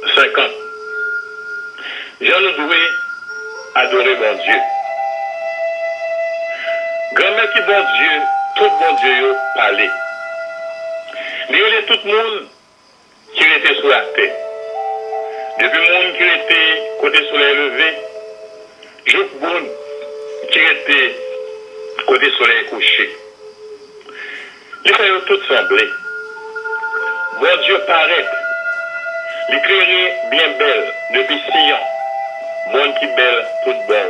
50. Jean nous doit adorer bon Dieu. Grand-mère qui bon Dieu, tout bon Dieu parler. Il y a tout le monde qui était sur la terre. Depuis le monde qui était côté soleil levé, jusqu'au monde qui était côté soleil couché. Il fait tout sembler. Bon Dieu paraît. L'éclairé bien belle depuis 6 ans. Monde qui belle tout bon.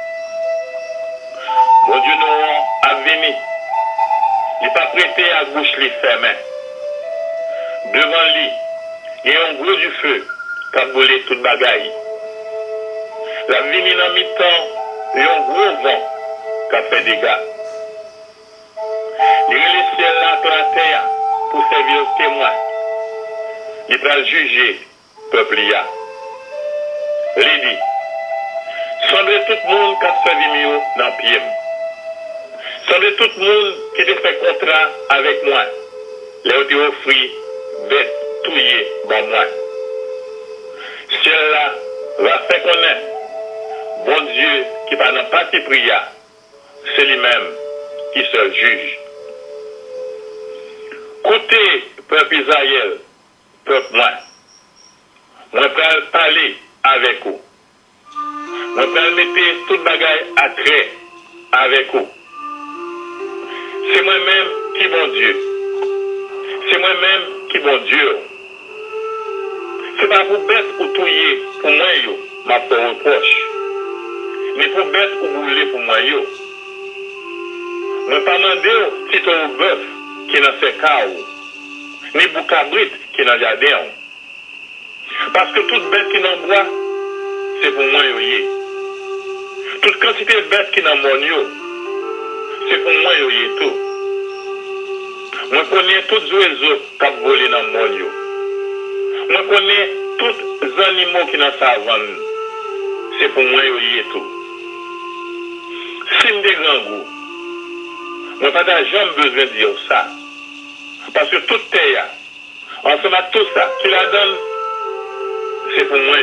Bon Dieu nous a venu. Il n'est pas prêté à gauche les fermes. Devant lui, il y a un gros du feu qui a brûlé toute bagaille. La vini dans mi-temps, il y a un gros vent qui a fait des dégâts. Il y a le ciel là sur la terre pour servir le témoin. Il va juger le peuple. Il dit, semble tout le monde qui a servi mieux dans le pied. Semble tout le monde qui a fait contrat avec moi. Il a été offert bête, touillé, bon moi. Ciel là va faire connaître. Bon Dieu qui va dans pas qui prière, c'est lui-même qui se juge. Côté peuple Israël, peuple moi peux parler avec vous. Moi peux mettre toute bagaille à trait avec vous. C'est moi-même qui bon Dieu. C'est moi-même qui bon Dieu. C'est pas pour bête ou touiller pour moi, ma pauvre reproche. Mais pour bête ou bouler pour moi, je ne pas demander si tu as un bœuf qui est dans ce cas, ni pour cabrit qui est dans le jardin. Parce que toute bête qui est dans le bois, c'est pour moi, toute quantité de bêtes qui est dans le monde, c'est pour moi, tout. Moi, je connais tous les oiseaux qui ont volé dans le monde. Moi, je connais tous les animaux qui sont dans la savane. C'est pour moi, tout. Si je suis grand goût, je n'ai pas jamais besoin de dire ça. Parce que toute terre, ensemble à tout ça, qui la donne, c'est pour moi,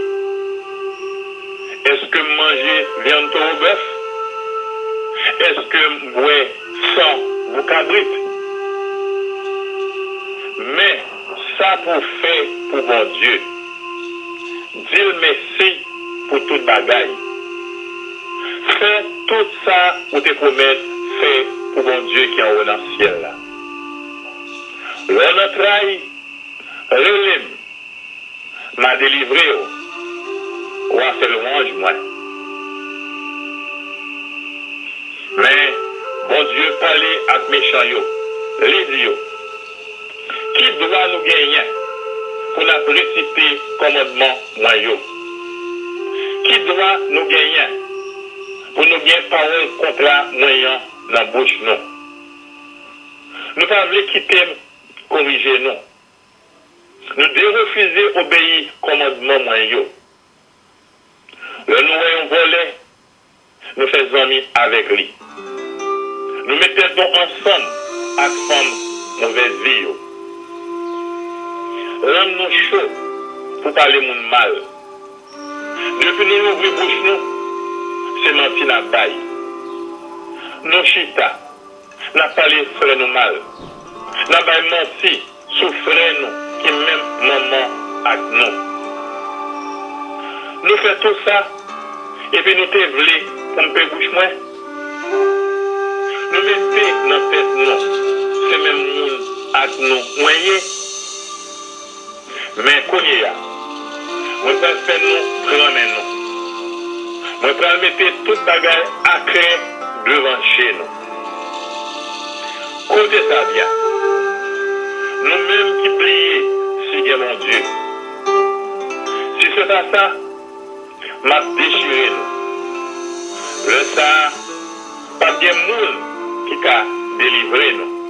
Est-ce que manger viande au bœuf? Est-ce que boire sang ou cabrit? Mais ça pour faire pour mon Dieu. Dis merci pour toute bagaille. Fais tout ça pour te promettre, fais pour mon Dieu qui est en haut dans le ciel là. L'on trahi, relève, m'a délivré, ou à ce louange moi. Mais, bon Dieu, parler avec méchant yo, les dieux. Qui doit nous gagner pour nous réciter commandement moyen? Qui doit nous gagner pour nous gagner parole contre moyen dans la bouche nous? Nous ne pouvons pas quitter, corriger nous. Nous devons refuser d'obéir commandement moyen. Le nous voyons voler, nous faisons amis avec lui. Nous mettons ensemble avec femme mauvaise vie. Rends-nous chaud pour parler mon mal. Depuis nous ouvrir bouche nous, c'est menti la baille. Nous chita, n'a parlé frère nous mal. N'a pas menti, souffrez nous, qui même maman avec nous. Nous faisons tout ça, et puis nous te voulons pour me faire bouche moi. Nous mettons dans la tête nous, c'est même monde avec nous, moyen. Mais qu'on y a, moi je vais faire nous, prendre nous. Moi je vais mettre toute bagaille à créer devant chez nous. Côté ça vient. Nous-mêmes qui prions, Seigneur mon Dieu. Si c'est pas ça, m'a déchiré nous. Le ça, pas bien monde qui t'a délivré nous.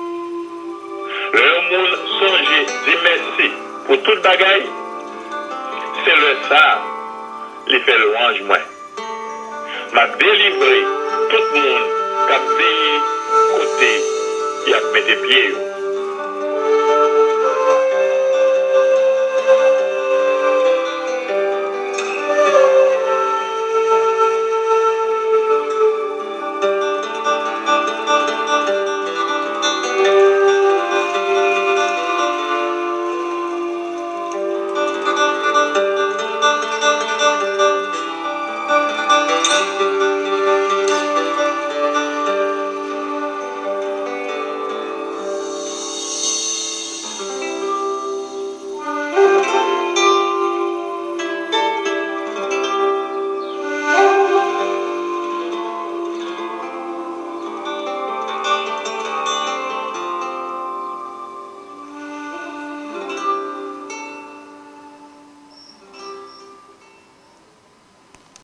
Le monde songe, dit merci pour toute bagaille. C'est le ça, il fait louange moi. M'a délivré tout le monde qui a veillé côté, qui a mis des pieds.